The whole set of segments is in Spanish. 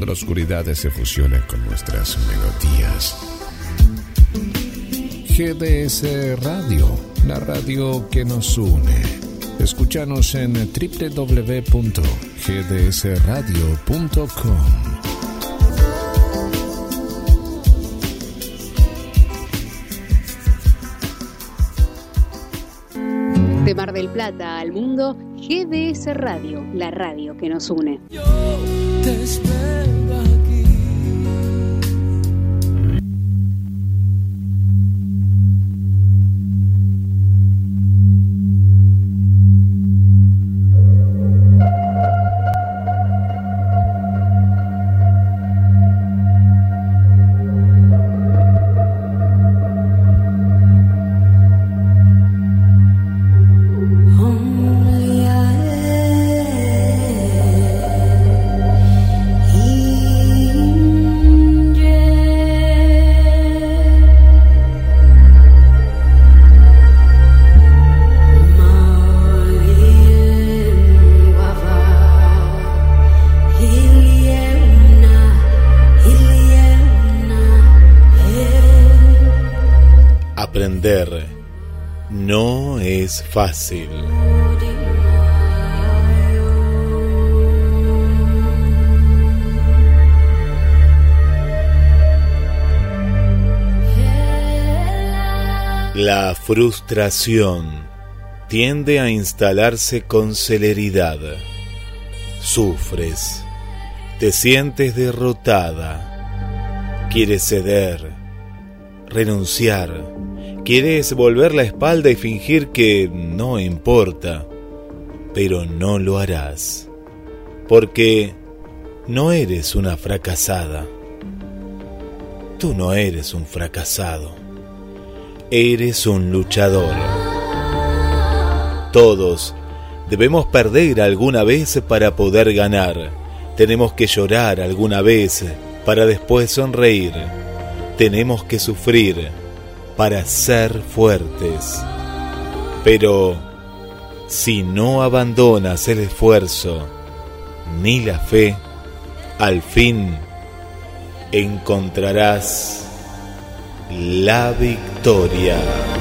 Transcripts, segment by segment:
cuando la oscuridad se fusiona con nuestras melodías. GDS Radio, la radio que nos une. Escúchanos en www.gdsradio.com. De Mar del Plata al mundo, GDS Radio, la radio que nos une. Yo te espero aquí. Aprender no es fácil. La frustración tiende a instalarse con celeridad. Sufres, te sientes derrotada, quieres ceder, renunciar. Quieres volver la espalda y fingir que no importa, pero no lo harás, porque no eres una fracasada. Tú no eres un fracasado, eres un luchador. Todos debemos perder alguna vez para poder ganar. Tenemos que llorar alguna vez para después sonreír. Tenemos que sufrir para ser fuertes. Pero si no abandonas el esfuerzo ni la fe, al fin encontrarás la victoria.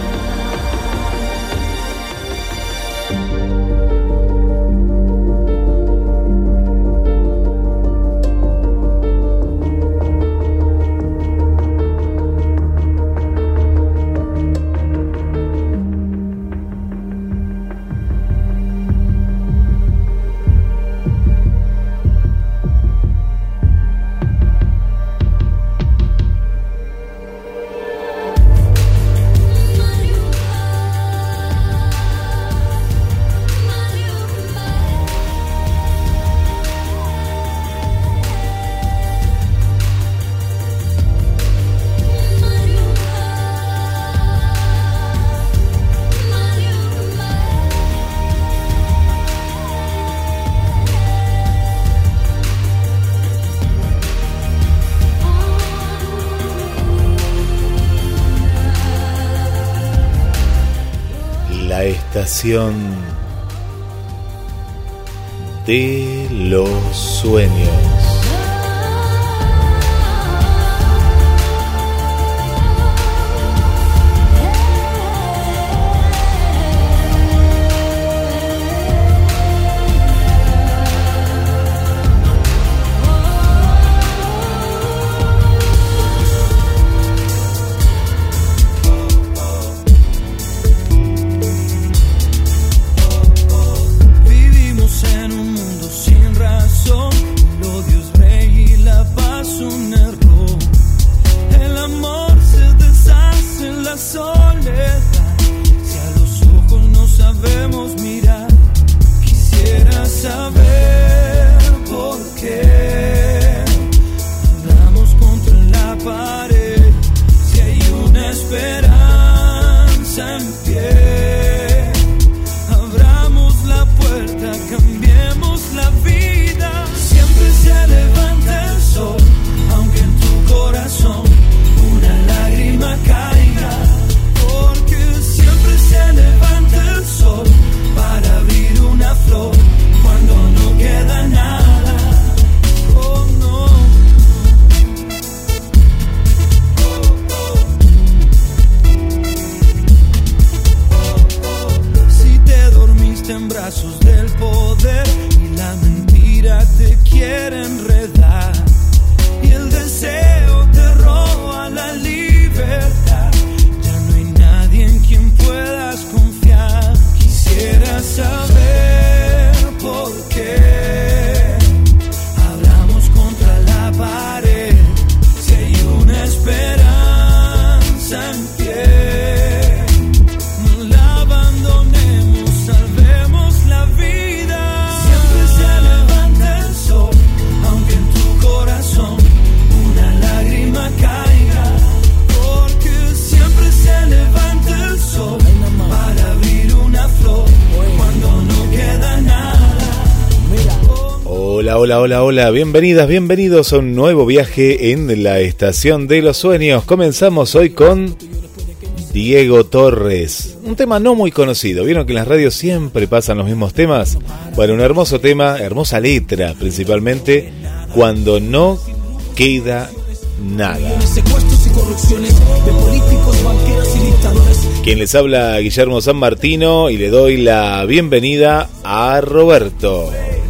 Estación de los sueños. Cuando no te quiere enredar y el deseo te roba la libertad. Ya no hay nadie en quien puedas confiar. Quisiera saber por qué hablamos contra la pared. Si hay una esperanza en pie, no la abandonemos, salvemos la vida. Siempre se levanta el sol, aunque en tu corazón una lágrima caiga, porque siempre se levanta el sol para abrir una flor cuando no queda nada. Hola, hola, hola, hola, bienvenidas, bienvenidos a un nuevo viaje en la Estación de los Sueños. Comenzamos hoy con Diego Torres, un tema no muy conocido. ¿Vieron que en las radios siempre pasan los mismos temas? Bueno, un hermoso tema, hermosa letra, principalmente cuando no queda nada. Quien les habla, Guillermo San Martino, y le doy la bienvenida a Roberto.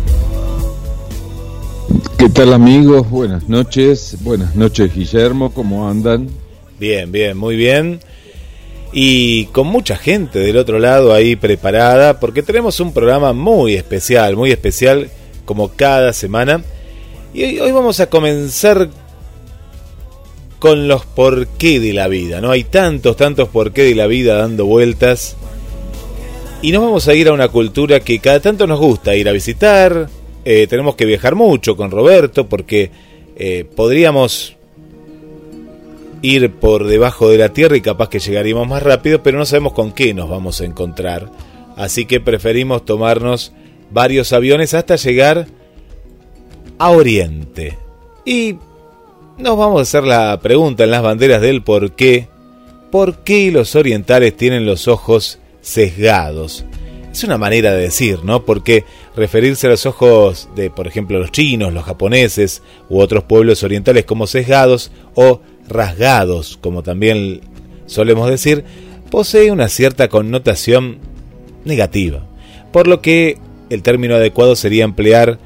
¿Qué tal, amigos? Buenas noches, Guillermo, ¿cómo andan? Bien, bien, muy bien. Y con mucha gente del otro lado ahí preparada, porque tenemos un programa muy especial como cada semana. Y hoy vamos a comenzar con los porqué de la vida, ¿no? Hay tantos porqué de la vida dando vueltas. Y nos vamos a ir a una cultura que cada tanto nos gusta ir a visitar. Tenemos que viajar mucho con Roberto porque podríamos ir por debajo de la tierra y capaz que llegaríamos más rápido, pero no sabemos con qué nos vamos a encontrar. Así que preferimos tomarnos varios aviones hasta llegar a Oriente. Y nos vamos a hacer la pregunta en las banderas del por qué. ¿Por qué los orientales tienen los ojos sesgados? Es una manera de decir, ¿no? Porque referirse a los ojos de, por ejemplo, los chinos, los japoneses u otros pueblos orientales como sesgados o rasgados, como también solemos decir, posee una cierta connotación negativa. Por lo que el término adecuado sería emplear,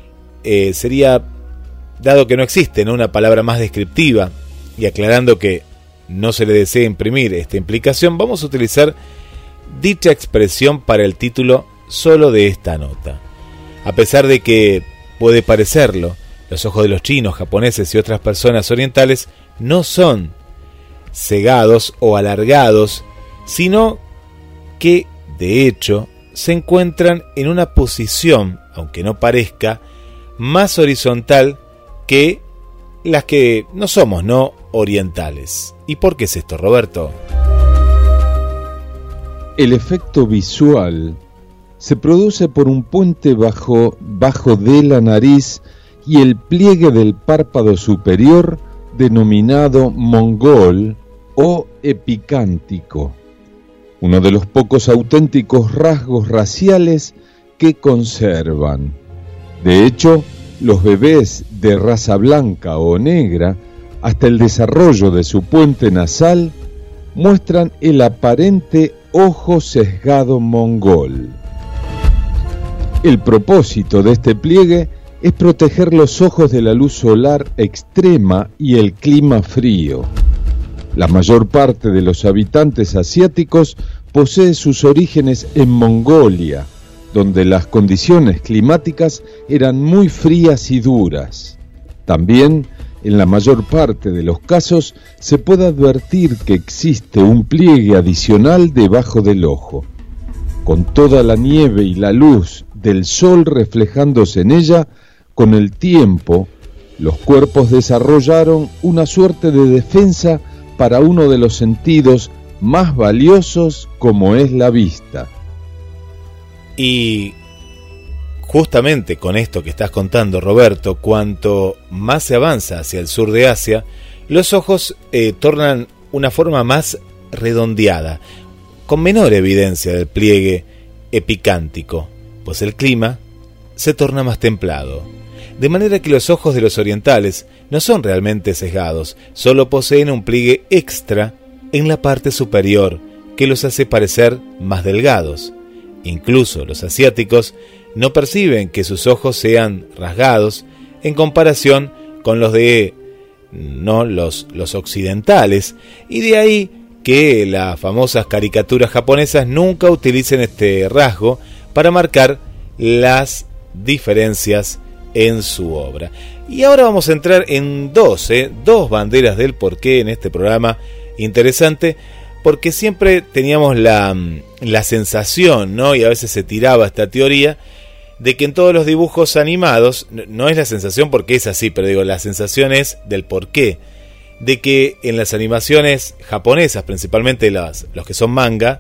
dado que no existe, ¿no?, una palabra más descriptiva, y aclarando que no se le desea imprimir esta implicación, vamos a utilizar dicha expresión para el título solo de esta nota. A pesar de que puede parecerlo, los ojos de los chinos, japoneses y otras personas orientales no son cegados o alargados, sino que, de hecho, se encuentran en una posición, aunque no parezca, más horizontal que las que no somos, no orientales. ¿Y por qué es esto, Roberto? El efecto visual se produce por un puente bajo de la nariz y el pliegue del párpado superior denominado mongol o epicántico, uno de los pocos auténticos rasgos raciales que conservan. De hecho, los bebés de raza blanca o negra, hasta el desarrollo de su puente nasal, muestran el aparente ojo sesgado mongol. El propósito de este pliegue es proteger los ojos de la luz solar extrema y el clima frío. La mayor parte de los habitantes asiáticos posee sus orígenes en Mongolia, donde las condiciones climáticas eran muy frías y duras. También, en la mayor parte de los casos, se puede advertir que existe un pliegue adicional debajo del ojo. Con toda la nieve y la luz del sol reflejándose en ella, con el tiempo, los cuerpos desarrollaron una suerte de defensa para uno de los sentidos más valiosos como es la vista. Y justamente con esto que estás contando, Roberto, cuanto más se avanza hacia el sur de Asia, los ojos tornan una forma más redondeada, con menor evidencia del pliegue epicántico, pues el clima se torna más templado. De manera que los ojos de los orientales no son realmente sesgados, solo poseen un pliegue extra en la parte superior que los hace parecer más delgados. Incluso los asiáticos no perciben que sus ojos sean rasgados en comparación con los de los occidentales, y de ahí que las famosas caricaturas japonesas nunca utilicen este rasgo para marcar las diferencias en su obra. Y ahora vamos a entrar en dos banderas del porqué en este programa interesante, porque siempre teníamos la sensación, ¿no? Y a veces se tiraba esta teoría de que en todos los dibujos animados, no es la sensación porque es así, pero digo, la sensación es del porqué, de que en las animaciones japonesas, principalmente los que son manga,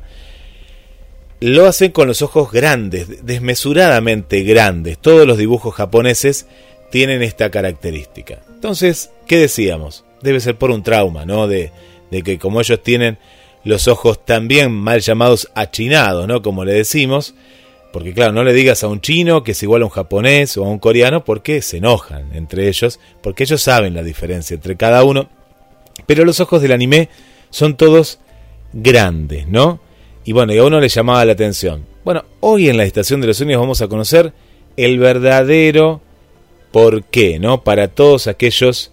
lo hacen con los ojos grandes, desmesuradamente grandes. Todos los dibujos japoneses tienen esta característica. Entonces, ¿qué decíamos? Debe ser por un trauma, ¿no? De que como ellos tienen los ojos también mal llamados achinados, ¿no? Como le decimos, porque claro, no le digas a un chino que es igual a un japonés o a un coreano, porque se enojan entre ellos, porque ellos saben la diferencia entre cada uno. Pero los ojos del anime son todos grandes, ¿no? Y bueno, y a uno le llamaba la atención. Bueno, hoy en la Estación de los Sueños vamos a conocer el verdadero porqué, ¿no? Para todos aquellos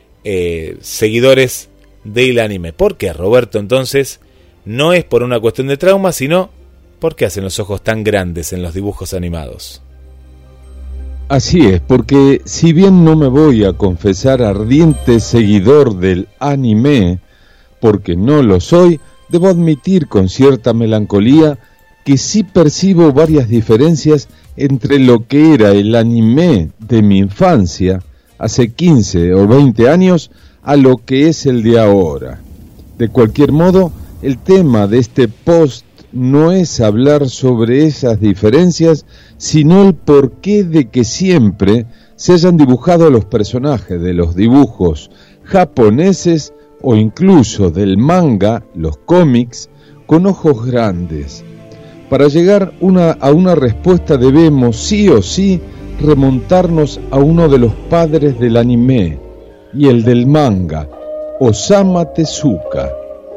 seguidores del anime. ¿Por qué, Roberto? Entonces, no es por una cuestión de trauma, sino ¿por qué hacen los ojos tan grandes en los dibujos animados? Así es, porque si bien no me voy a confesar ardiente seguidor del anime, porque no lo soy, debo admitir con cierta melancolía que sí percibo varias diferencias entre lo que era el anime de mi infancia, hace 15 o 20 años, a lo que es el de ahora. De cualquier modo, el tema de este post no es hablar sobre esas diferencias, sino el porqué de que siempre se hayan dibujado los personajes de los dibujos japoneses o incluso del manga, los cómics, con ojos grandes. Para llegar a una respuesta debemos sí o sí remontarnos a uno de los padres del anime y el del manga, Osamu Tezuka.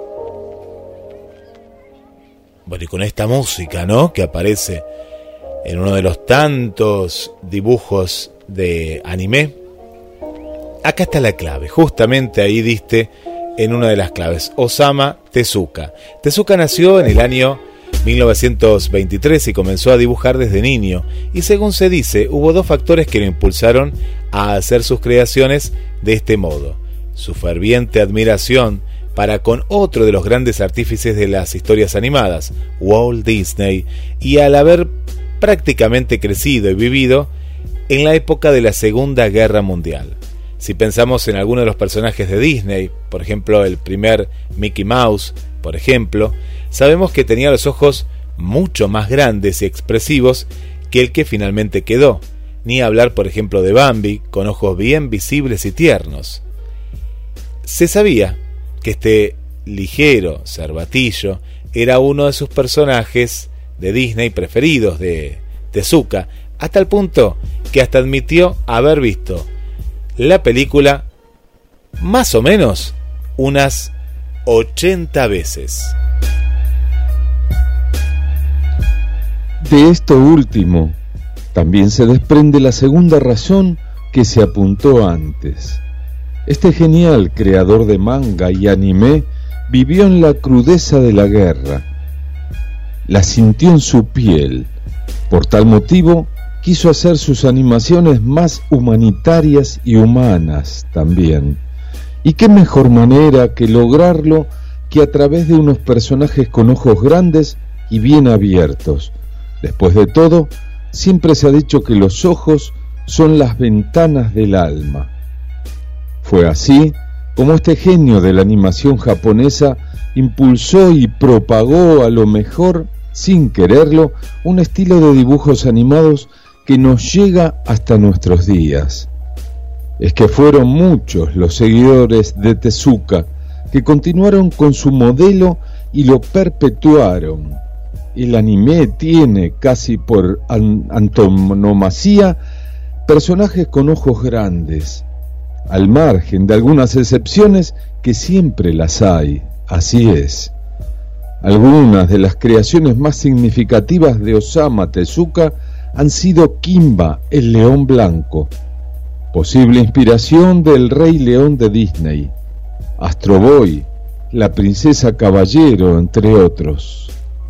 Bueno, y con esta música, ¿no?, que aparece en uno de los tantos dibujos de anime, acá está la clave, justamente ahí diste en una de las claves, Osamu Tezuka. Tezuka nació en el año 1923 y comenzó a dibujar desde niño, y según se dice, hubo dos factores que lo impulsaron a hacer sus creaciones de este modo: su ferviente admiración para con otro de los grandes artífices de las historias animadas, Walt Disney, y al haber prácticamente crecido y vivido en la época de la Segunda Guerra Mundial. Si pensamos en algunos de los personajes de Disney, por ejemplo el primer Mickey Mouse, por ejemplo, sabemos que tenía los ojos mucho más grandes y expresivos que el que finalmente quedó, ni hablar por ejemplo de Bambi, con ojos bien visibles y tiernos. Se sabía que este ligero cervatillo era uno de sus personajes de Disney preferidos de Tezuka, hasta el punto que hasta admitió haber visto la película más o menos unas 80 veces. De esto último también se desprende la segunda razón que se apuntó antes. Este genial creador de manga y anime vivió en la crudeza de la guerra. La sintió en su piel. Por tal motivo, quiso hacer sus animaciones más humanitarias y humanas también. Y qué mejor manera que lograrlo que a través de unos personajes con ojos grandes y bien abiertos. Después de todo, siempre se ha dicho que los ojos son las ventanas del alma. Fue así como este genio de la animación japonesa impulsó y propagó a lo mejor, sin quererlo, un estilo de dibujos animados que nos llega hasta nuestros días. Es que fueron muchos los seguidores de Tezuka que continuaron con su modelo y lo perpetuaron. El anime tiene, casi por antonomasia, personajes con ojos grandes, al margen de algunas excepciones que siempre las hay, así es. Algunas de las creaciones más significativas de Osamu Tezuka han sido Kimba, el león blanco, posible inspiración del Rey León de Disney, Astro Boy, la Princesa Caballero, entre otros.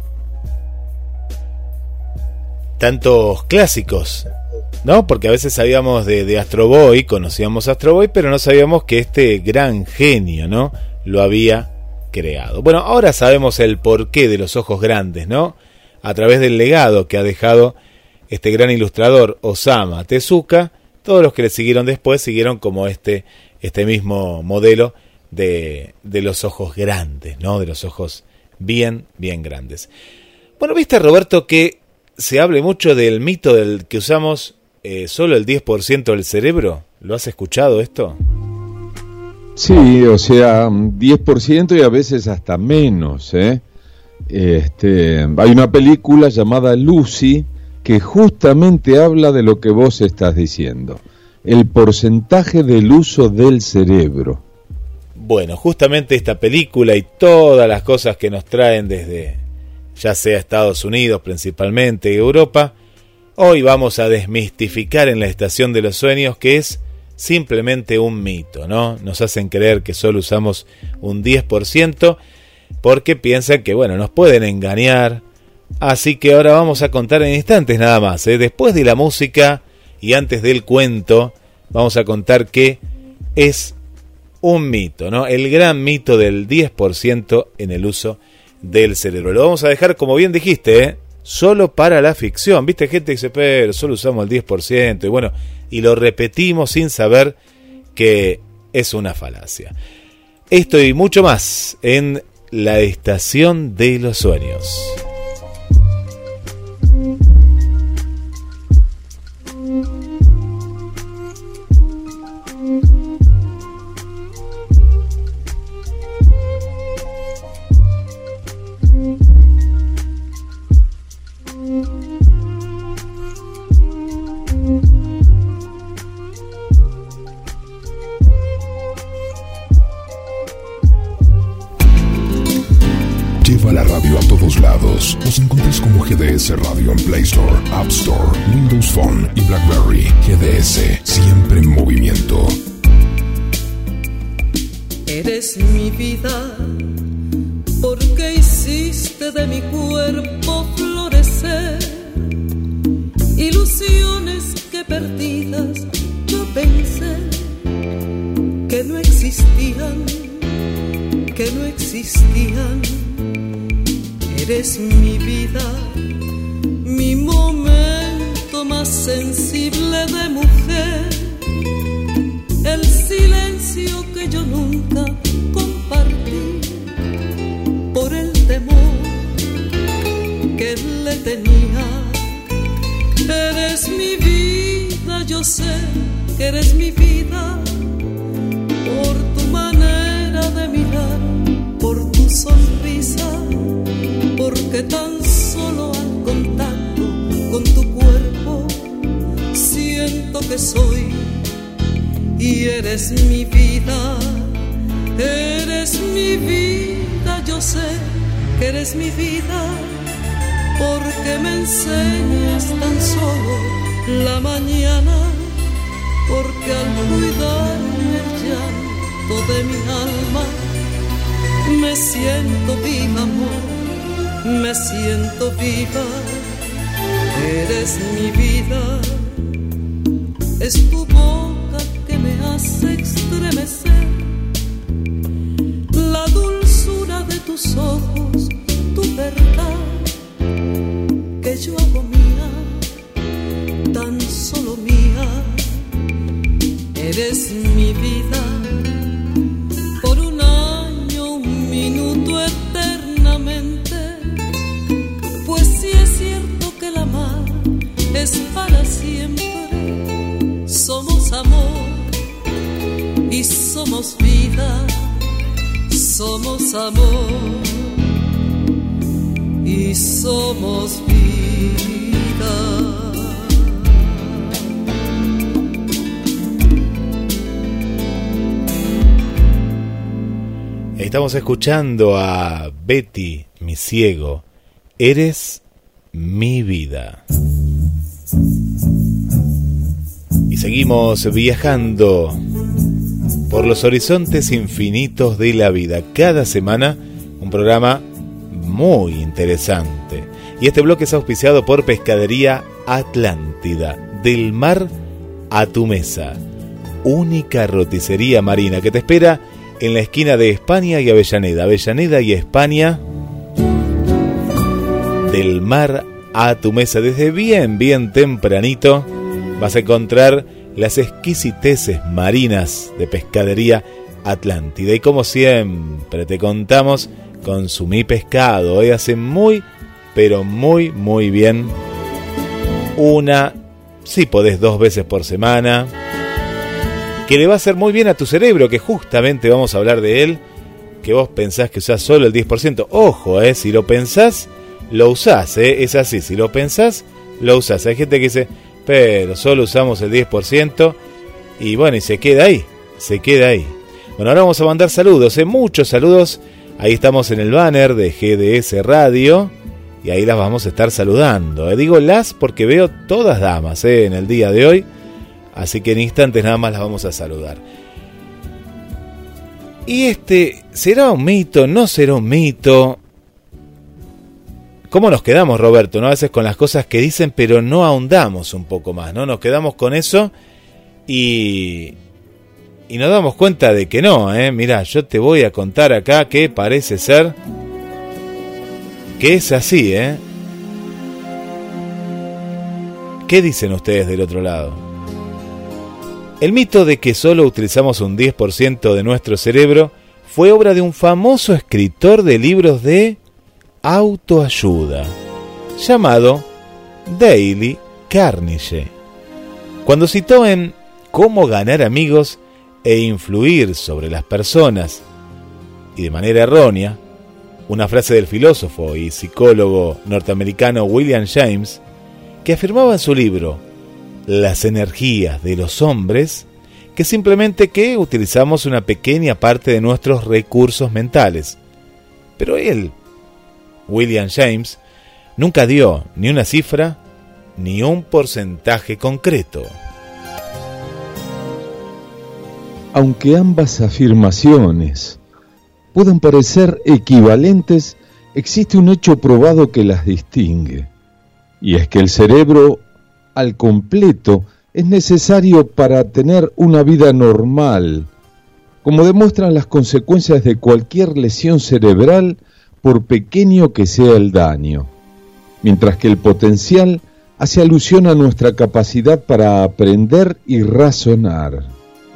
Tantos clásicos, ¿no? Porque a veces sabíamos de Astro Boy, conocíamos Astro Boy, pero no sabíamos que este gran genio, ¿no?, lo había creado. Bueno, ahora sabemos el porqué de los ojos grandes, ¿no?, a través del legado que ha dejado este gran ilustrador Osamu Tezuka. Todos los que le siguieron después siguieron como este mismo modelo de los ojos grandes, ¿no?, de los ojos bien grandes. Bueno, viste, Roberto, que se hable mucho del mito del que usamos solo el 10% del cerebro. ¿Lo has escuchado esto? Sí, o sea, 10% y a veces hasta menos, ¿eh? Hay una película llamada Lucy que justamente habla de lo que vos estás diciendo, el porcentaje del uso del cerebro. Bueno, justamente esta película y todas las cosas que nos traen desde, ya sea Estados Unidos principalmente, Europa, hoy vamos a desmistificar en la Estación de los Sueños que es simplemente un mito, ¿no? Nos hacen creer que solo usamos un 10% porque piensan que, bueno, nos pueden engañar. Así que ahora vamos a contar en instantes nada más, ¿eh? Después de la música y antes del cuento, vamos a contar que es un mito, ¿no? El gran mito del 10% en el uso del cerebro. Lo vamos a dejar, como bien dijiste, ¿eh?, solo para la ficción. Viste, gente que dice, pero solo usamos el 10%. Y bueno, y lo repetimos sin saber que es una falacia. Esto y mucho más en la Estación de los Sueños. Lleva la radio a todos lados. Nos encuentras como GDS Radio en Play Store, App Store, Windows Phone y BlackBerry. GDS, siempre en movimiento. Eres mi vida, porque hiciste de mi cuerpo florecer ilusiones que perdidas yo pensé que no existían, que no existían. Eres mi vida, mi momento más sensible de mujer, el silencio que yo nunca compartí por el temor que le tenía. Eres mi vida, yo sé que eres mi vida, por tu manera de mirar, por tu sonrisa, porque tan solo al contacto con tu cuerpo siento que soy y eres mi vida, eres mi vida, yo sé que eres mi vida, porque me enseñas tan solo la mañana, porque al cuidarme el llanto de mi alma me siento viva, amor, me siento viva. Eres mi vida, es tu boca que me hace estremecer, la dulzura de tus ojos, tu verdad, que yo hago mía, tan solo mía. Eres mi vida, por un año, un minuto, eternamente, pues si es cierto que el amar es para siempre. Somos amor y somos vida, somos amor y somos vida. Estamos escuchando a Betty, mi ciego. Eres mi vida. Seguimos viajando por los horizontes infinitos de la vida. Cada semana un programa muy interesante. Y este bloque es auspiciado por Pescadería Atlántida. Del mar a tu mesa. Única roticería marina que te espera en la esquina de España y Avellaneda. Avellaneda y España. Del mar a tu mesa. Desde bien tempranito vas a encontrar las exquisiteces marinas de Pescadería Atlántida. Y como siempre te contamos, consumí pescado. Hoy hace muy, pero muy bien. Una, si podés, 2 veces por semana. Que le va a hacer muy bien a tu cerebro, que justamente vamos a hablar de él. Que vos pensás que usás solo el 10%. Ojo, si lo pensás, lo usás, es así. Si lo pensás, lo usás. Hay gente que dice, pero solo usamos el 10%. Y bueno, y se queda ahí. Bueno, ahora vamos a mandar saludos, muchos saludos. Ahí estamos en el banner de GDS Radio. Y ahí las vamos a estar saludando. Digo las porque veo todas damas en el día de hoy. Así que en instantes nada más las vamos a saludar. Y ¿será un mito? ¿No será un mito? ¿Cómo nos quedamos, Roberto? ¿No? A veces con las cosas que dicen, pero no ahondamos un poco más, ¿no? Nos quedamos con eso y nos damos cuenta de que no, Mirá, yo te voy a contar acá que parece ser que es así, ¿Qué dicen ustedes del otro lado? El mito de que solo utilizamos un 10% de nuestro cerebro fue obra de un famoso escritor de libros de autoayuda, llamado Dale Carnegie, cuando citó en Cómo ganar amigos e influir sobre las personas, y de manera errónea, una frase del filósofo y psicólogo norteamericano William James, que afirmaba en su libro Las energías de los hombres, que simplemente que utilizamos una pequeña parte de nuestros recursos mentales. Pero él, William James, nunca dio ni una cifra ni un porcentaje concreto. Aunque ambas afirmaciones puedan parecer equivalentes, existe un hecho probado que las distingue, y es que el cerebro al completo es necesario para tener una vida normal, como demuestran las consecuencias de cualquier lesión cerebral, por pequeño que sea el daño, mientras que el potencial hace alusión a nuestra capacidad para aprender y razonar.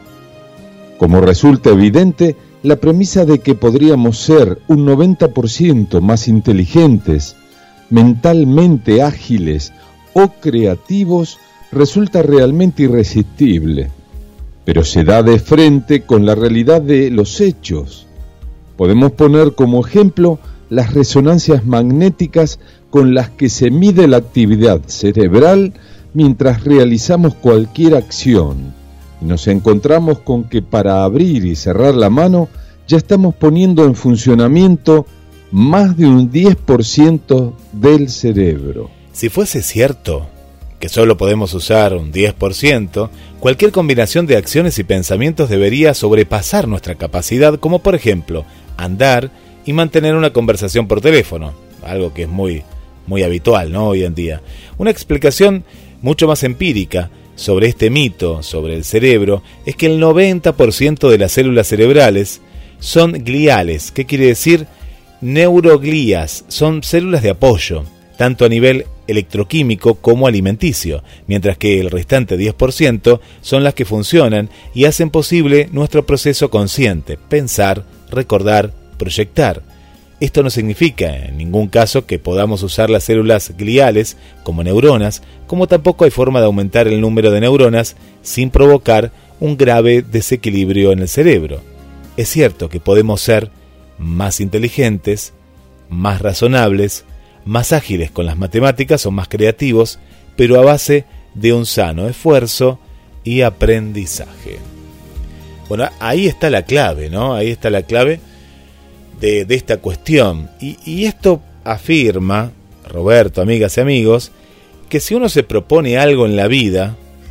Como resulta evidente, la premisa de que podríamos ser un 90% más inteligentes, mentalmente ágiles o creativos resulta realmente irresistible, pero se da de frente con la realidad de los hechos. Podemos poner como ejemplo las resonancias magnéticas con las que se mide la actividad cerebral mientras realizamos cualquier acción. Y nos encontramos con que para abrir y cerrar la mano ya estamos poniendo en funcionamiento más de un 10% del cerebro. Si fuese cierto que solo podemos usar un 10%, cualquier combinación de acciones y pensamientos debería sobrepasar nuestra capacidad, como por ejemplo, andar y mantener una conversación por teléfono, algo que es muy habitual, ¿no? Hoy en día. Una explicación mucho más empírica sobre este mito, sobre el cerebro, es que el 90% de las células cerebrales son gliales. ¿Qué quiere decir? Neuroglías, son células de apoyo, tanto a nivel electroquímico como alimenticio, mientras que el restante 10% son las que funcionan y hacen posible nuestro proceso consciente, pensar, recordar, proyectar. Esto no significa en ningún caso que podamos usar las células gliales como neuronas, como tampoco hay forma de aumentar el número de neuronas sin provocar un grave desequilibrio en el cerebro. Es cierto que podemos ser más inteligentes, más razonables, más ágiles con las matemáticas o más creativos, pero a base de un sano esfuerzo y aprendizaje. Bueno, ahí está la clave, ¿no? Ahí está la clave de esta cuestión. Y esto afirma, Roberto, amigas y amigos, que si uno se propone algo en la vida,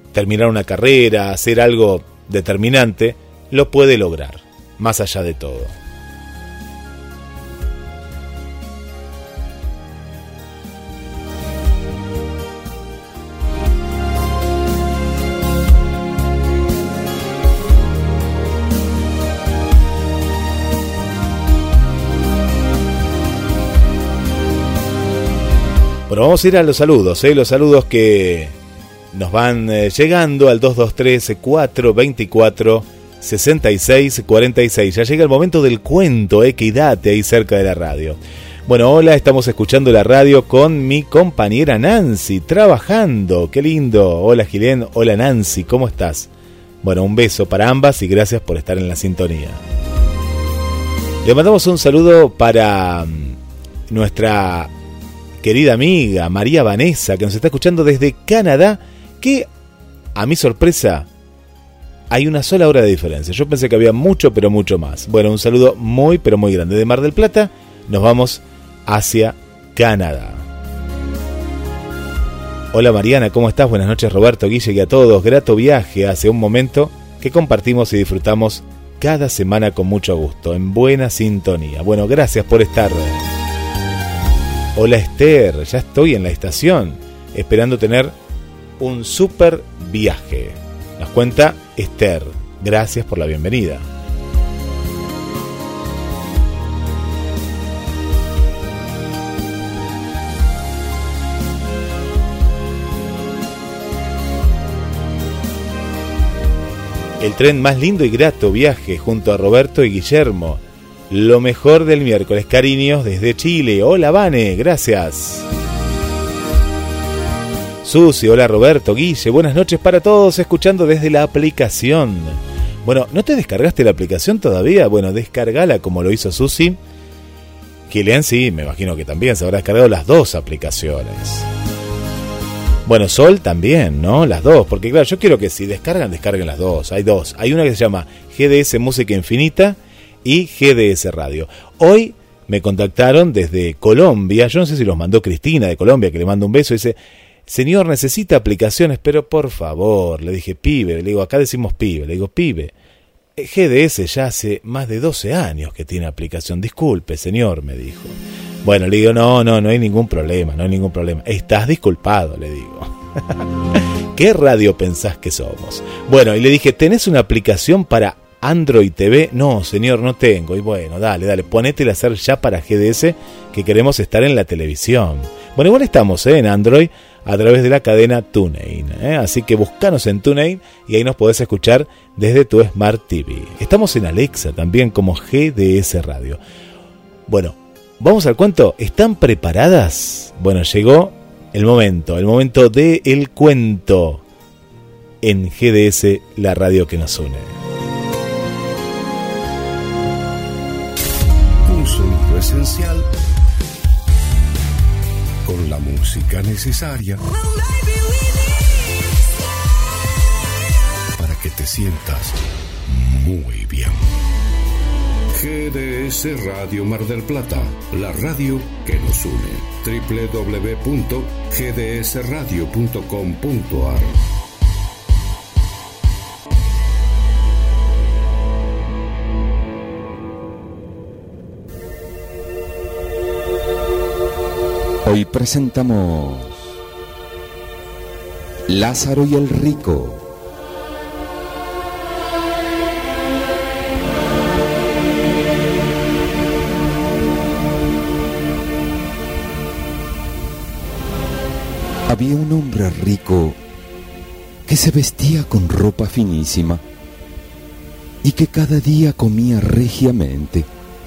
terminar una carrera, hacer algo determinante, lo puede lograr, más allá de todo. Bueno, vamos a ir a los saludos, los saludos que nos van llegando al 223-424-6646. Ya llega el momento del cuento, quédate ahí cerca de la radio. Bueno, hola, estamos escuchando la radio con mi compañera Nancy, trabajando, qué lindo. Hola Gilén, hola Nancy, ¿cómo estás? Bueno, un beso para ambas y gracias por estar en la sintonía. Le mandamos un saludo para nuestra querida amiga María Vanessa, que nos está escuchando desde Canadá, que a mi sorpresa hay una sola hora de diferencia. Yo pensé que había mucho, pero mucho más. Bueno, un saludo muy, pero muy grande. De Mar del Plata nos vamos hacia Canadá. Hola Mariana, ¿cómo estás? Buenas noches Roberto, Guille y a todos. Grato viaje hacia un momento que compartimos y disfrutamos cada semana con mucho gusto, en buena sintonía. Bueno, gracias por estar. Hola Esther, ya estoy en la estación, esperando tener un súper viaje. Nos cuenta Esther, gracias por la bienvenida. El tren más lindo y grato viaje junto a Roberto y Guillermo. Lo mejor del miércoles, cariños desde Chile. Hola Vane, gracias. Susi, hola Roberto, Guille, buenas noches para todos, escuchando desde la aplicación. Bueno, ¿no te descargaste la aplicación todavía? Bueno, descargala como lo hizo Susi. Gilén, sí, me imagino que también se habrá descargado las dos aplicaciones. Bueno, Sol también, ¿no? Las dos, porque claro, yo quiero que si descarguen las dos. Hay dos. Hay una que se llama GDS Música Infinita y GDS Radio. Hoy me contactaron desde Colombia, yo no sé si los mandó Cristina de Colombia, que le mando un beso, dice, señor, necesita aplicaciones, pero por favor, le dije, pibe, le digo, acá decimos pibe, le digo, pibe, GDS ya hace más de 12 años que tiene aplicación, disculpe, señor, me dijo. Bueno, le digo, no hay ningún problema, estás disculpado, le digo. ¿Qué radio pensás que somos? Bueno, y le dije, ¿tenés una aplicación para Android TV? No, señor, no tengo. Y bueno, dale, ponétela a hacer ya para GDS, que queremos estar en la televisión. Bueno, igual estamos en Android a través de la cadena TuneIn, así que buscanos en TuneIn y ahí nos podés escuchar desde tu Smart TV. Estamos en Alexa también como GDS Radio. Bueno, vamos al cuento. ¿Están preparadas? Bueno, llegó el momento del cuento en GDS, la radio que nos une. Un sonido esencial con la música necesaria para que te sientas muy bien. GDS Radio Mar del Plata, la radio que nos une. www.gdsradio.com.ar. Hoy presentamos Lázaro y el Rico. Había un hombre rico que se vestía con ropa finísima y que cada día comía regiamente.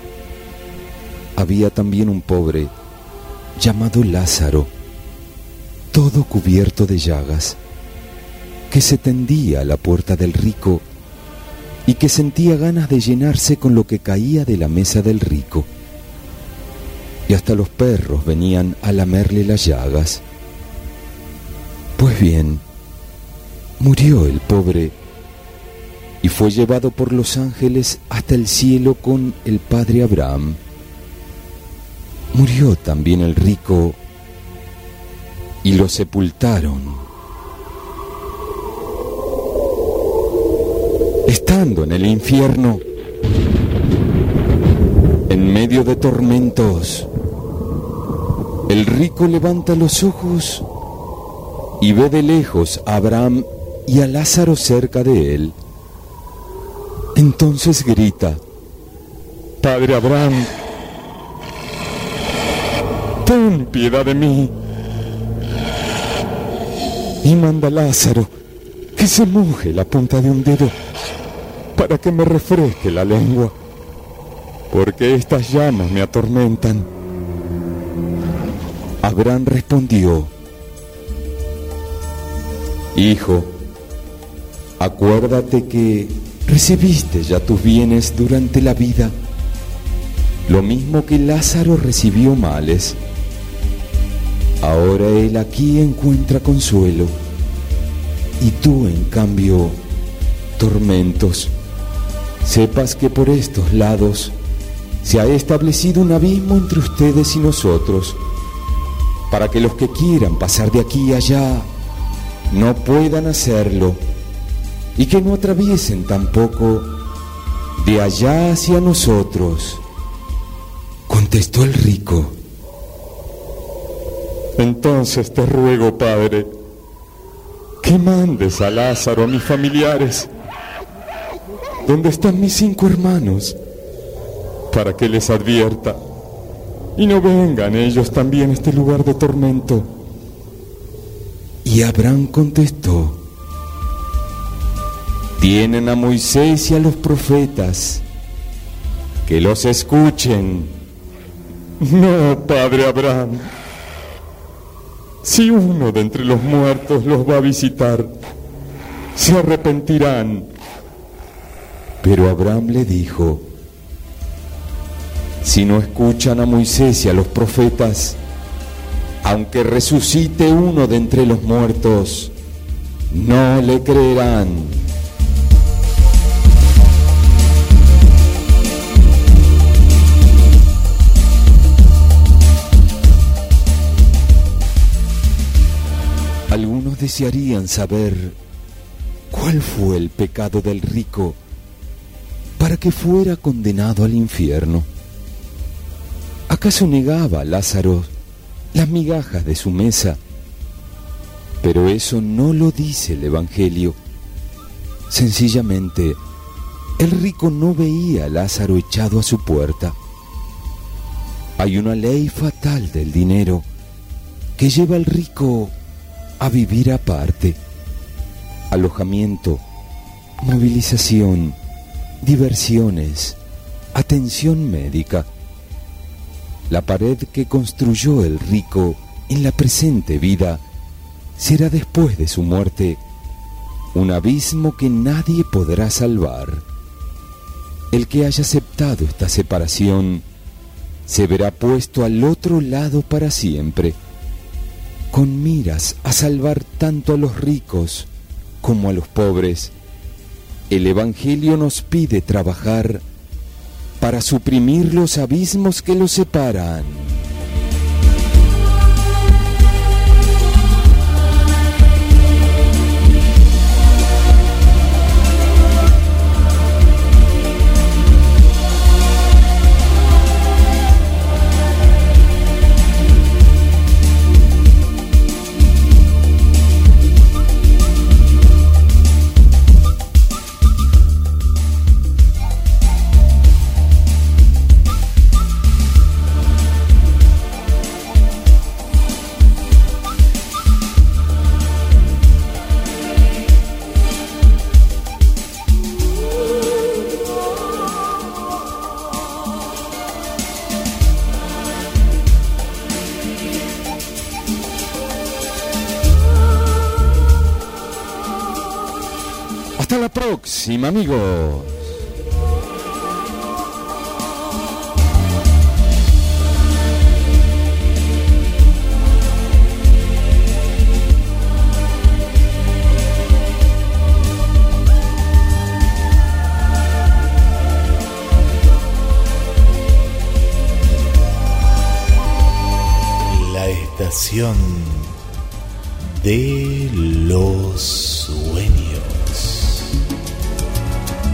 Había también un pobre llamado Lázaro, todo cubierto de llagas, que se tendía a la puerta del rico y que sentía ganas de llenarse con lo que caía de la mesa del rico. Y hasta los perros venían a lamerle las llagas. Pues bien, murió el pobre y fue llevado por los ángeles hasta el cielo con el padre Abraham. Murió también el rico y lo sepultaron. estando en el infierno, en medio de tormentos, el rico levanta los ojos y ve de lejos a Abraham y a Lázaro cerca de él. Entonces grita: Padre Abraham, ten piedad de mí. Y manda a Lázaro que se moje la punta de un dedo para que me refresque la lengua, porque estas llamas me atormentan. Abraham respondió: Hijo, acuérdate que recibiste ya tus bienes durante la vida, lo mismo que Lázaro recibió males. Ahora él aquí encuentra consuelo, y tú, en cambio, tormentos. Sepas que por estos lados se ha establecido un abismo entre ustedes y nosotros, para que los que quieran pasar de aquí a allá no puedan hacerlo, y que no atraviesen tampoco de allá hacia nosotros. Contestó el rico: Entonces te ruego, Padre, que mandes a Lázaro a mis familiares, donde están mis 5 hermanos, para que les advierta, y no vengan ellos también a este lugar de tormento. Y Abraham contestó: Tienen a Moisés y a los profetas, que los escuchen. No, Padre Abraham, si uno de entre los muertos los va a visitar, se arrepentirán. Pero Abraham le dijo: Si no escuchan a Moisés y a los profetas, aunque resucite uno de entre los muertos, no le creerán. Algunos desearían saber cuál fue el pecado del rico para que fuera condenado al infierno. ¿Acaso negaba a Lázaro las migajas de su mesa? Pero eso no lo dice el Evangelio. Sencillamente, el rico no veía a Lázaro echado a su puerta. Hay una ley fatal del dinero que lleva al rico a vivir aparte. Alojamiento, movilización, diversiones, atención médica. La pared que construyó el rico en la presente vida será después de su muerte un abismo que nadie podrá salvar. El que haya aceptado esta separación se verá puesto al otro lado para siempre, con miras a salvar tanto a los ricos como a los pobres. El Evangelio nos pide trabajar para suprimir los abismos que los separan. Hasta la próxima, amigos. La estación de los sueños.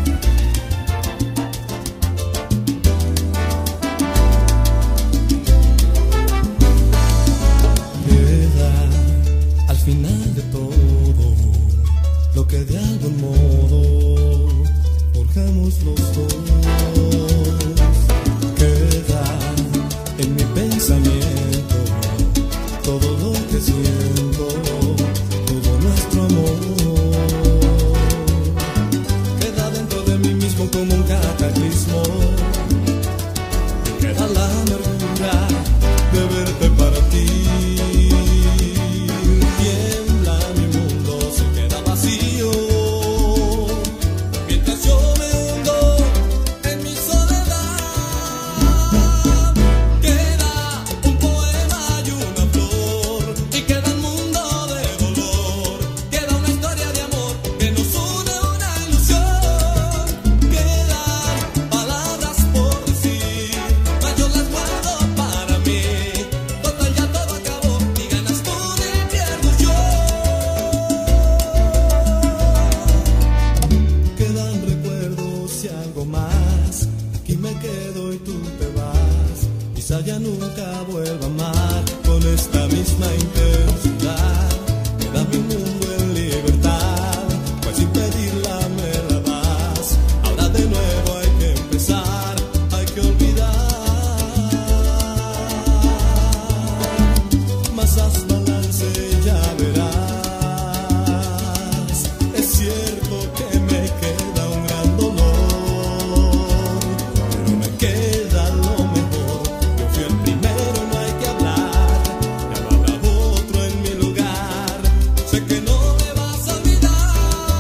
lo que de algún modo forjamos los dos. Queda en mi pensamiento todo lo que siento, todo nuestro amor. Queda dentro de mí mismo como un cataclismo. Queda la amargura de verte para ti. Tiembla mi mundo, se queda vacío, mientras yo me hundo en mi soledad. Queda un poema y una flor, y queda un mundo de dolor. Queda una historia de amor que nos une, una ilusión. Quedan palabras por decir, mas yo las guardo para mí. Total, ya todo acabó, ni ganas tú ni pierdo yo. Quedan recuerdos y algo más. Aquí me quedo y tú te vas. Quizá ya nunca vuelva a amar con esta misma intensidad. Queda mi mundo en libertad, pues sin pedirla me la das. Ahora de nuevo hay que empezar, hay que olvidar. Mas haz balance, ya verás. Es cierto que me queda un gran dolor, pero me queda lo mejor. Yo fui el primero, no hay que hablar. Ya no habrá otro en mi lugar. Sé que no me vas a olvidar.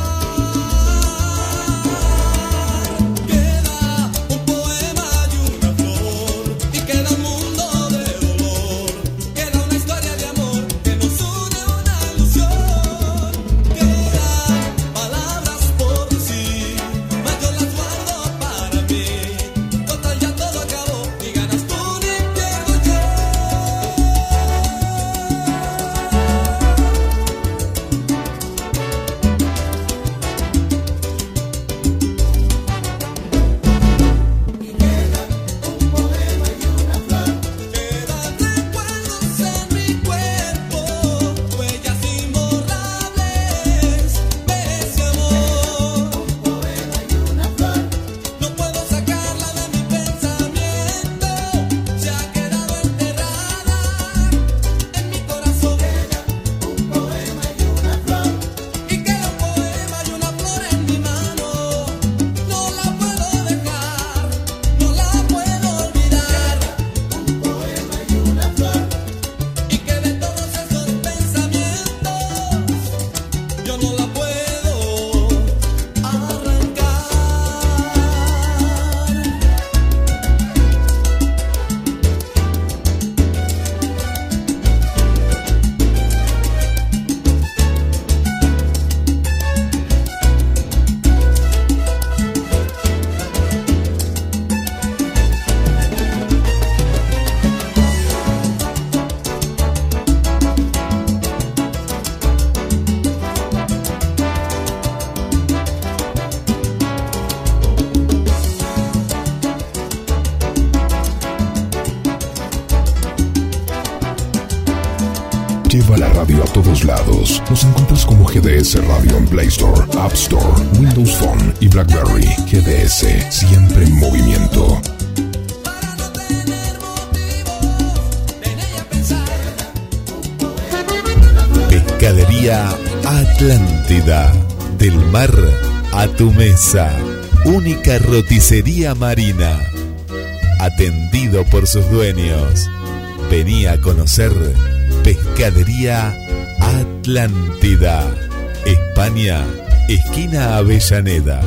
Queda un poema y una flor, y queda un mundo de dolor. Queda una historia de amor que nos une, una ilusión. Quedan palabras por decir, mas yo las guardo para mí. Total, ya todo acabó, ni ganas tú ni pierdo yo. Quedan recuerdos en mi cuerpo, huellas imborrables de ese amor. Un poema y una flor, no puedo sacarla de mi pensamiento, se ha quedado enterrada en mi corazón. Un poema y una flor, y queda un poema y una flor en mi mano. No la puedo dejar, no la puedo olvidar. Un poema y una flor, y que de todos esos pensamientos yo no la puedo arrancar. Lleva la radio a todos lados. Nos encuentras como GDS Radio en Play Store, App Store, Windows Phone y BlackBerry. GDS, siempre en movimiento. Para no tener motivos en ella pensar. Pescadería Atlántida. Del mar a tu mesa. Única roticería marina. Atendido por sus dueños. Vení a conocer Pescadería Atlántida. España, esquina Avellaneda.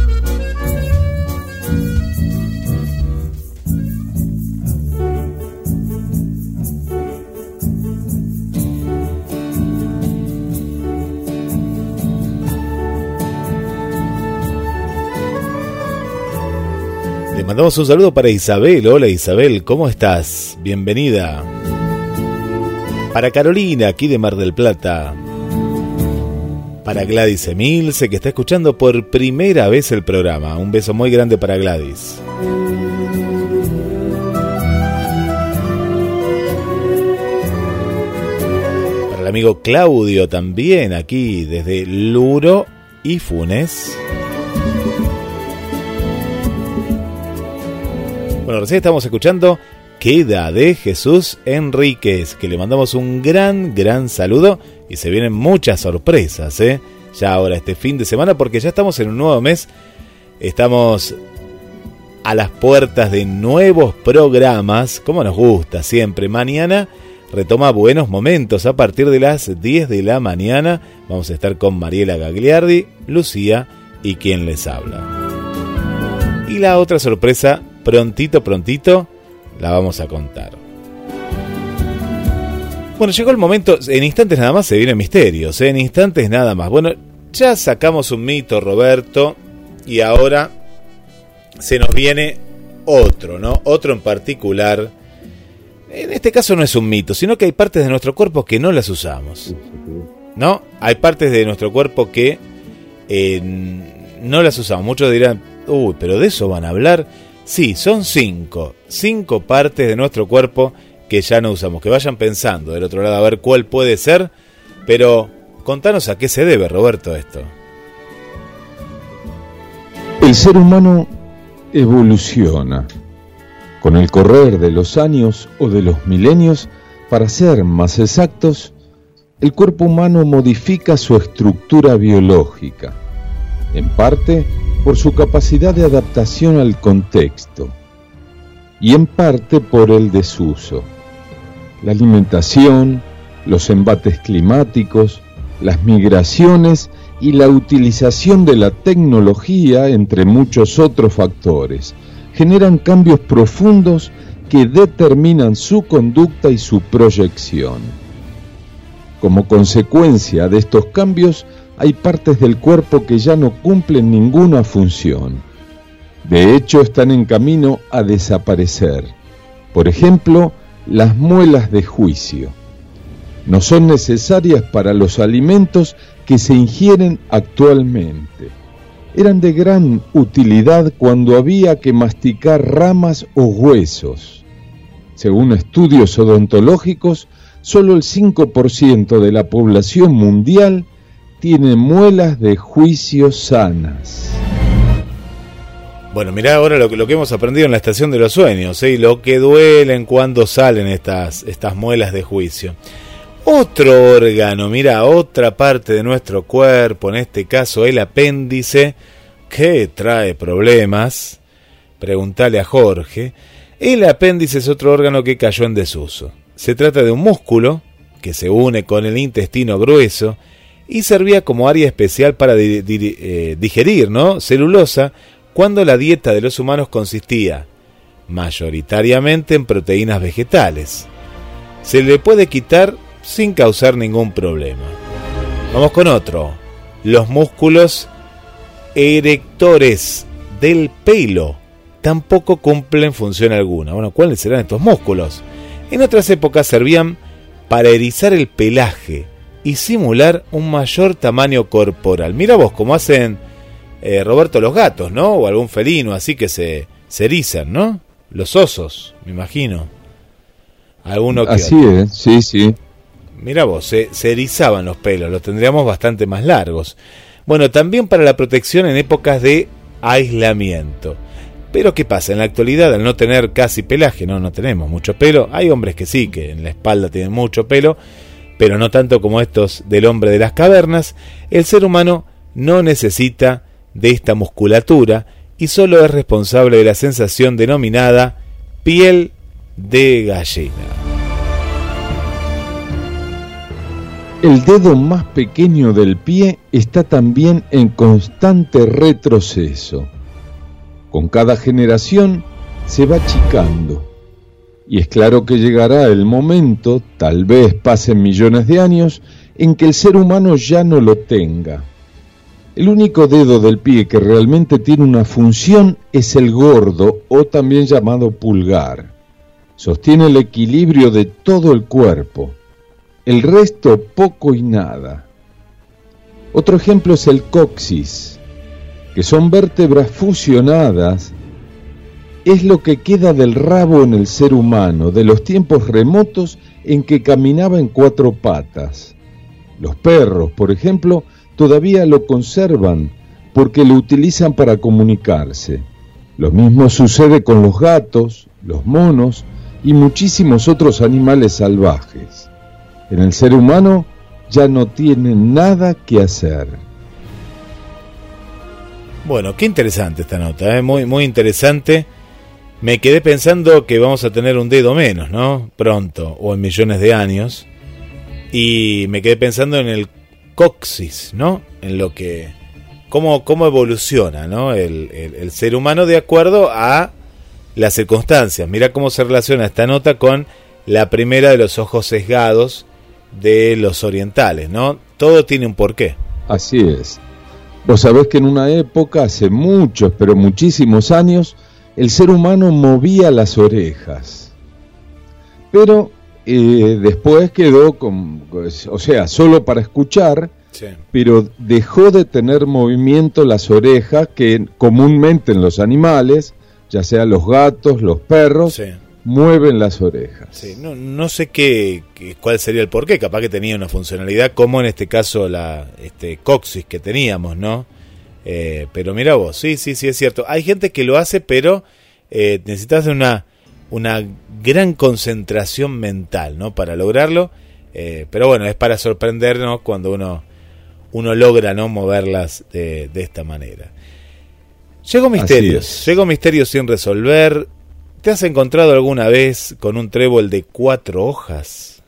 Le mandamos un saludo para Isabel. Hola Isabel, ¿cómo estás? Bienvenida. Para Carolina, aquí de Mar del Plata. Para Gladys Emilce, que está escuchando por primera vez el programa. Un beso muy grande para Gladys. Para el amigo Claudio también, aquí desde Luro, y Funes. Bueno, recién estamos escuchando Queda de Jesús Enríquez, que le mandamos un gran saludo y se vienen muchas sorpresas, ya ahora este fin de semana, porque ya estamos en un nuevo mes, estamos a las puertas de nuevos programas, como nos gusta siempre. Mañana retoma Buenos Momentos a partir de las 10 de la mañana. Vamos a estar con Mariela Gagliardi, Lucía y quien les habla. Y la otra sorpresa, prontito, la vamos a contar. Bueno, llegó el momento, en instantes nada más se vienen misterios, en instantes nada más. Bueno, ya sacamos un mito, Roberto, y ahora se nos viene otro, ¿no? Otro en particular. En este caso no es un mito, sino que hay partes de nuestro cuerpo que no las usamos, ¿no? Hay partes de nuestro cuerpo que no las usamos. Muchos dirán, uy, pero de eso van a hablar. Sí, son 5 partes de nuestro cuerpo que ya no usamos. Que vayan pensando del otro lado a ver cuál puede ser, pero contanos a qué se debe, Roberto, esto. El ser humano evoluciona con el correr de los años o de los milenios. Para ser más exactos, el cuerpo humano modifica su estructura biológica, en parte por su capacidad de adaptación al contexto y en parte por el desuso. La alimentación, los embates climáticos, las migraciones y la utilización de la tecnología, entre muchos otros factores, generan cambios profundos que determinan su conducta y su proyección. Como consecuencia de estos cambios, hay partes del cuerpo que ya no cumplen ninguna función. De hecho, están en camino a desaparecer. Por ejemplo, las muelas de juicio. No son necesarias para los alimentos que se ingieren actualmente. Eran de gran utilidad cuando había que masticar ramas o huesos. Según estudios odontológicos, solo el 5% de la población mundial tiene muelas de juicio sanas. Bueno, mirá ahora lo que hemos aprendido en la Estación de los Sueños, y lo que duelen cuando salen estas muelas de juicio. Otro órgano, mira, otra parte de nuestro cuerpo, en este caso el apéndice, que trae problemas. Preguntale a Jorge. El apéndice es otro órgano que cayó en desuso. Se trata de un músculo que se une con el intestino grueso y servía como área especial para digerir, ¿no?, celulosa, cuando la dieta de los humanos consistía mayoritariamente en proteínas vegetales. Se le puede quitar sin causar ningún problema. Vamos con otro. Los músculos erectores del pelo tampoco cumplen función alguna. Bueno, ¿cuáles serán estos músculos? En otras épocas servían para erizar el pelaje y simular un mayor tamaño corporal. Mira vos cómo hacen, Roberto, los gatos, ¿no? O algún felino así que se erizan, ¿no? Los osos, me imagino. Alguno que así otro. Es, sí, sí. Mira vos, se erizaban los pelos, los tendríamos bastante más largos. Bueno, también para la protección en épocas de aislamiento. Pero ¿qué pasa? En la actualidad, al no tener casi pelaje, no tenemos mucho pelo. Hay hombres que sí, que en la espalda tienen mucho pelo, pero no tanto como estos del hombre de las cavernas. El ser humano no necesita de esta musculatura y solo es responsable de la sensación denominada piel de gallina. El dedo más pequeño del pie está también en constante retroceso. Con cada generación se va achicando. Y es claro que llegará el momento, tal vez pasen millones de años, en que el ser humano ya no lo tenga. El único dedo del pie que realmente tiene una función es el gordo, o también llamado pulgar. Sostiene el equilibrio de todo el cuerpo. El resto poco y nada. Otro ejemplo es el coxis, que son vértebras fusionadas. Es lo que queda del rabo en el ser humano, de los tiempos remotos en que caminaba en 4 patas. Los perros, por ejemplo, todavía lo conservan porque lo utilizan para comunicarse. Lo mismo sucede con los gatos, los monos y muchísimos otros animales salvajes. En el ser humano ya no tiene nada que hacer. Bueno, qué interesante esta nota, muy, muy interesante. Me quedé pensando que vamos a tener un dedo menos, ¿no? Pronto, o en millones de años. Y me quedé pensando en el coxis, ¿no? En lo que... cómo evoluciona, ¿no? El ser humano de acuerdo a las circunstancias. Mirá cómo se relaciona esta nota con la primera de los ojos sesgados de los orientales, ¿no? Todo tiene un porqué. Así es. Vos sabés que en una época, hace muchos, pero muchísimos años, el ser humano movía las orejas. Pero después quedó, solo para escuchar, sí. Pero dejó de tener movimiento las orejas que comúnmente en los animales, ya sea los gatos, los perros, sí, mueven las orejas. Sí, no sé cuál sería el porqué, capaz que tenía una funcionalidad como en este caso coxis que teníamos, ¿no? Pero mira vos, sí, es cierto. Hay gente que lo hace, pero necesitas una gran concentración mental, ¿no? Para lograrlo, pero bueno, es para sorprendernos cuando uno logra, ¿no? Moverlas de esta manera. Llegó misterios sin resolver. ¿Te has encontrado alguna vez con un trébol de 4 hojas?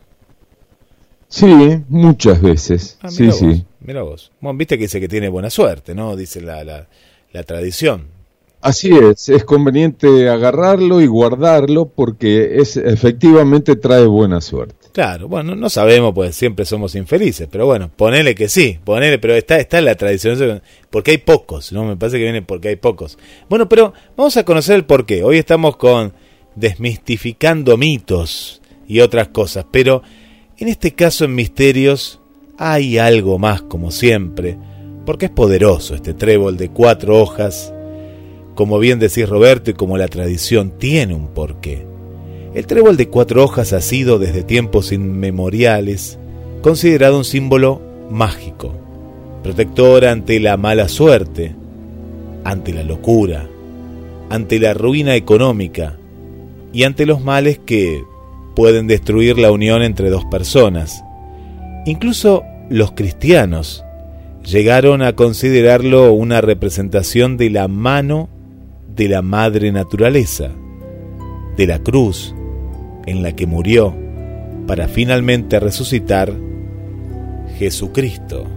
Sí, muchas veces. Sí. Mira vos. Bueno, viste que dice que tiene buena suerte, ¿no? Dice la tradición. Así es conveniente agarrarlo y guardarlo porque efectivamente trae buena suerte. Claro, bueno, no sabemos, pues siempre somos infelices, pero bueno, ponele que sí, pero está en la tradición, porque hay pocos, ¿no? Me parece que viene porque hay pocos. Bueno, pero vamos a conocer el porqué. Hoy estamos con desmistificando mitos y otras cosas, pero en este caso en misterios hay algo más, como siempre, porque es poderoso este trébol de 4 hojas, como bien decís Roberto, y como la tradición tiene un porqué. El trébol de 4 hojas ha sido desde tiempos inmemoriales considerado un símbolo mágico, protector ante la mala suerte, ante la locura, ante la ruina económica y ante los males que pueden destruir la unión entre dos personas. Incluso los cristianos llegaron a considerarlo una representación de la mano de la madre naturaleza, de la cruz en la que murió para finalmente resucitar Jesucristo.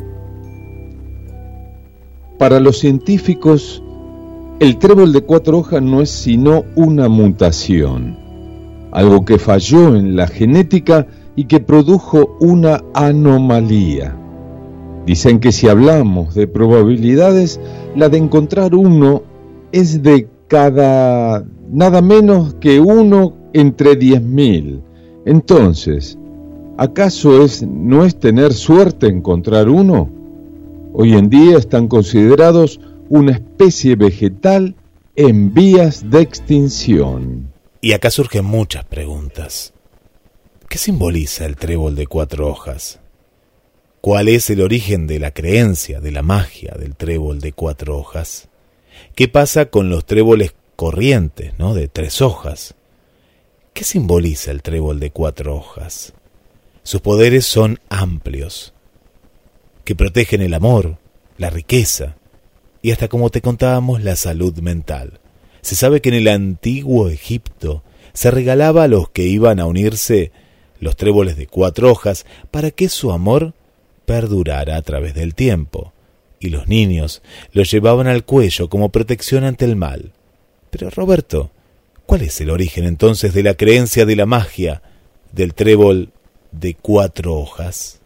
Para los científicos, el trébol de 4 hojas no es sino una mutación, algo que falló en la genética y que produjo una anomalía. Dicen que si hablamos de probabilidades, la de encontrar uno es de nada menos que 1 entre 10.000. Entonces, ¿acaso no es tener suerte encontrar uno? Hoy en día están considerados una especie vegetal en vías de extinción. Y acá surgen muchas preguntas. ¿Qué simboliza el trébol de 4 hojas? ¿Cuál es el origen de la creencia, de la magia del trébol de 4 hojas? ¿Qué pasa con los tréboles corrientes, ¿no? De 3 hojas? ¿Qué simboliza el trébol de 4 hojas? Sus poderes son amplios, que protegen el amor, la riqueza y hasta, como te contábamos, la salud mental. Se sabe que en el antiguo Egipto se regalaba a los que iban a unirse los tréboles de 4 hojas para que su amor perdurara a través del tiempo, y los niños los llevaban al cuello como protección ante el mal. Pero Roberto, ¿cuál es el origen entonces de la creencia de la magia del trébol de 4 hojas?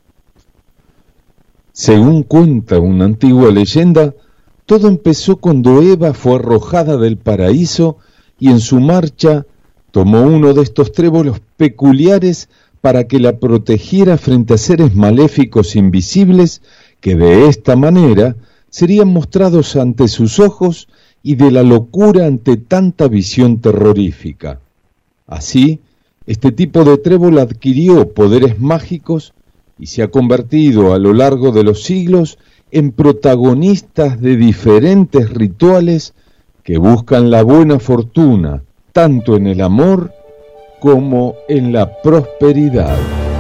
Según cuenta una antigua leyenda, todo empezó cuando Eva fue arrojada del paraíso y en su marcha tomó uno de estos tréboles peculiares para que la protegiera frente a seres maléficos invisibles que de esta manera serían mostrados ante sus ojos y de la locura ante tanta visión terrorífica. Así, este tipo de trébol adquirió poderes mágicos y se ha convertido a lo largo de los siglos en protagonistas de diferentes rituales que buscan la buena fortuna, tanto en el amor como en la prosperidad.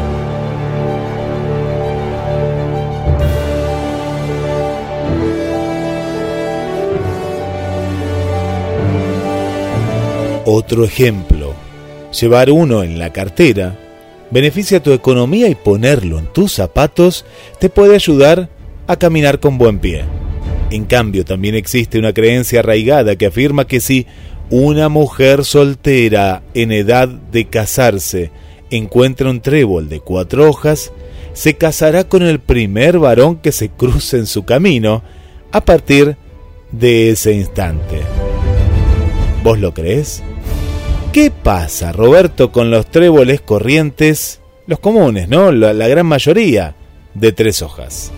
Otro ejemplo, llevar uno en la cartera beneficia tu economía y ponerlo en tus zapatos te puede ayudar a caminar con buen pie. En cambio, también existe una creencia arraigada que afirma que si una mujer soltera en edad de casarse encuentra un trébol de 4 hojas, se casará con el primer varón que se cruce en su camino a partir de ese instante. ¿Vos lo crees? ¿Qué pasa, Roberto, con los tréboles corrientes, los comunes, ¿no? La gran mayoría, de 3 hojas?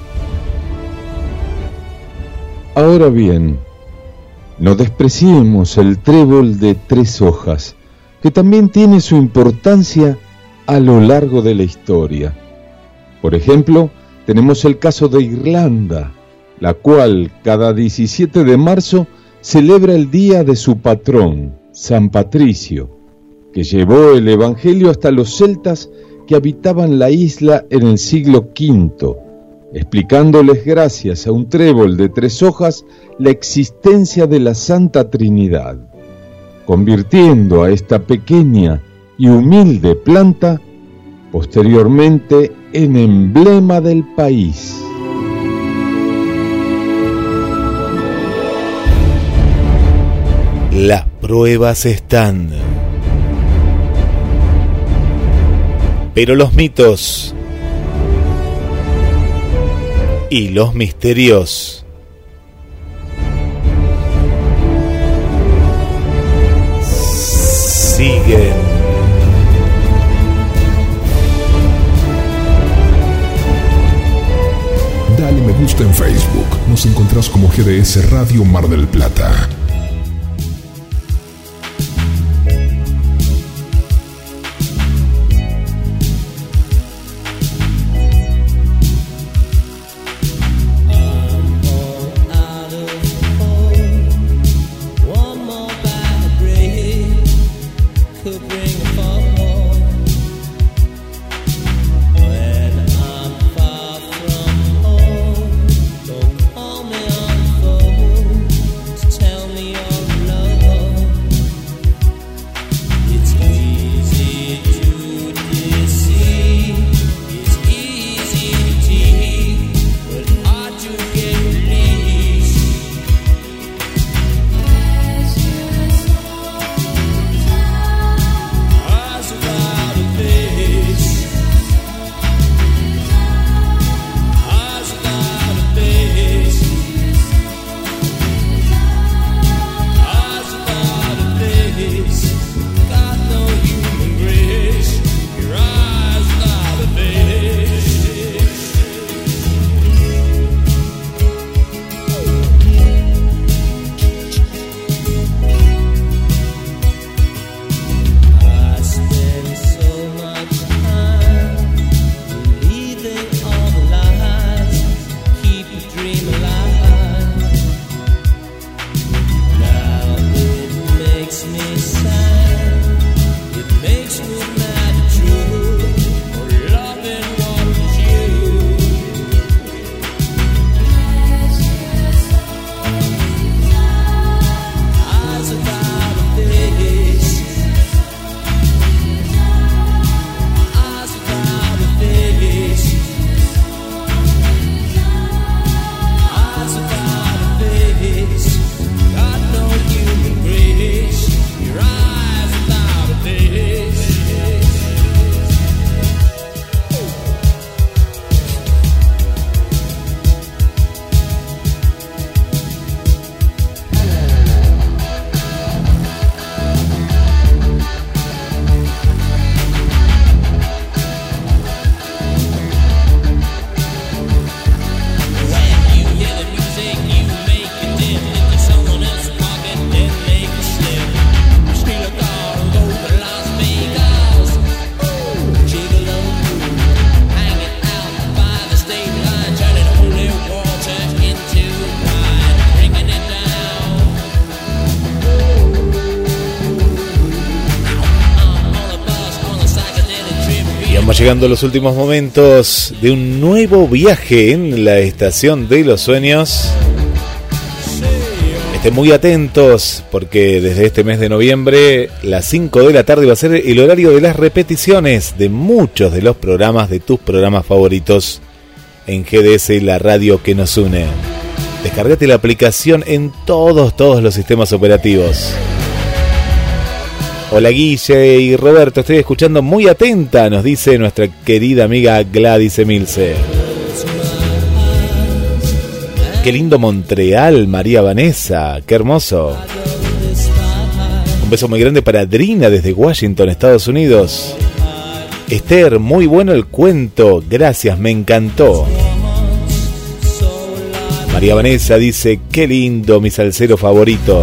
Ahora bien, no despreciemos el trébol de 3 hojas, que también tiene su importancia a lo largo de la historia. Por ejemplo, tenemos el caso de Irlanda, la cual cada 17 de marzo celebra el día de su patrón, San Patricio, que llevó el Evangelio hasta los celtas que habitaban la isla en el siglo V, explicándoles gracias a un trébol de 3 hojas la existencia de la Santa Trinidad, convirtiendo a esta pequeña y humilde planta posteriormente en emblema del país. Las pruebas están, pero los mitos y los misterios siguen. Dale me gusta en Facebook. Nos encontrás como GDS Radio Mar del Plata. Tell me Vamos llegando a los últimos momentos de un nuevo viaje en la Estación de los Sueños. Estén muy atentos porque desde este mes de noviembre, las 5 de la tarde va a ser el horario de las repeticiones de muchos de los programas, de tus programas favoritos en GDS, la radio que nos une. Descargate la aplicación en todos los sistemas operativos. Hola Guille y Roberto, estoy escuchando muy atenta, nos dice nuestra querida amiga Gladys Emilce. Qué lindo Montreal, María Vanessa, qué hermoso. Un beso muy grande para Adrina desde Washington, Estados Unidos. Esther, muy bueno el cuento, gracias, me encantó. María Vanessa dice, qué lindo, mi salsero favorito.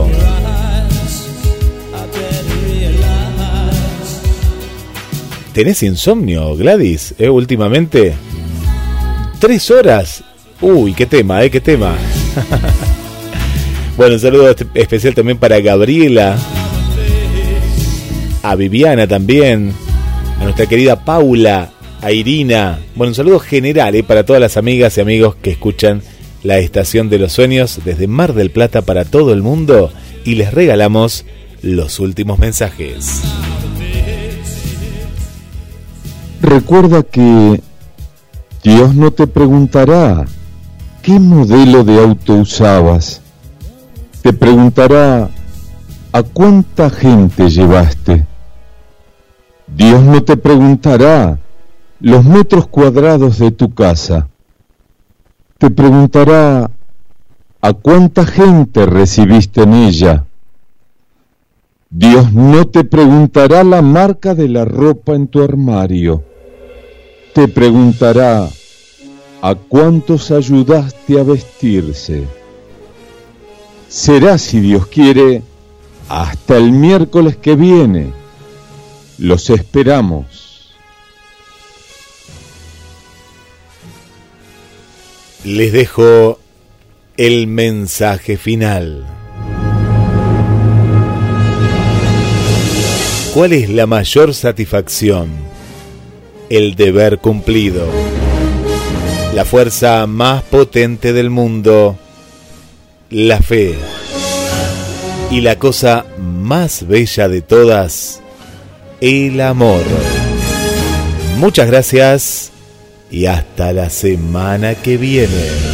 ¿Tenés insomnio, Gladys? Últimamente. 3 horas. Uy, qué tema, qué tema. Bueno, un saludo especial también para Gabriela. A Viviana también. A nuestra querida Paula. A Irina. Bueno, un saludo general para todas las amigas y amigos que escuchan la Estación de los Sueños desde Mar del Plata para todo el mundo. Y les regalamos los últimos mensajes. Recuerda que Dios no te preguntará qué modelo de auto usabas. Te preguntará a cuánta gente llevaste. Dios no te preguntará los metros cuadrados de tu casa. Te preguntará a cuánta gente recibiste en ella. Dios no te preguntará la marca de la ropa en tu armario. Te preguntará a cuántos ayudaste a vestirse. Será, si Dios quiere, hasta el miércoles que viene. Los esperamos. Les dejo el mensaje final. ¿Cuál es la mayor satisfacción? El deber cumplido. La fuerza más potente del mundo, la fe. Y la cosa más bella de todas, el amor. Muchas gracias y hasta la semana que viene.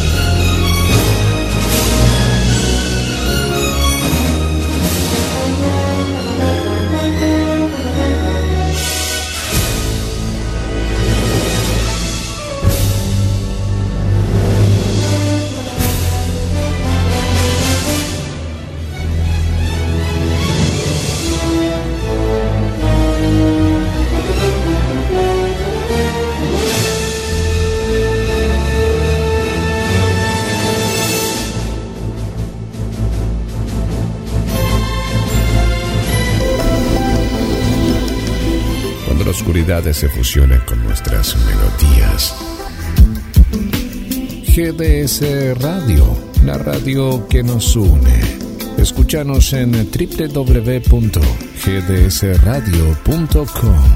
Se fusionan con nuestras melodías. GDS Radio, la radio que nos une. Escúchanos en www.gdsradio.com.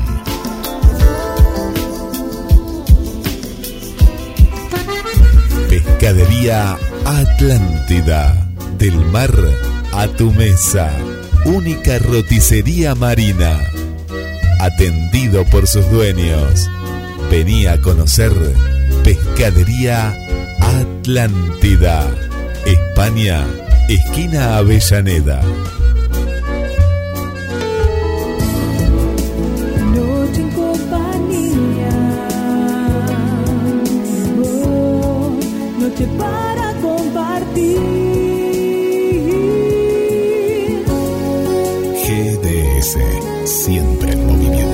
Pescadería Atlántida, del mar a tu mesa. Única roticería marina. Atendido por sus dueños. Vení a conocer Pescadería Atlántida, España, esquina Avellaneda. Noche en compañía, noche para compartir. GDS, siempre en movimiento.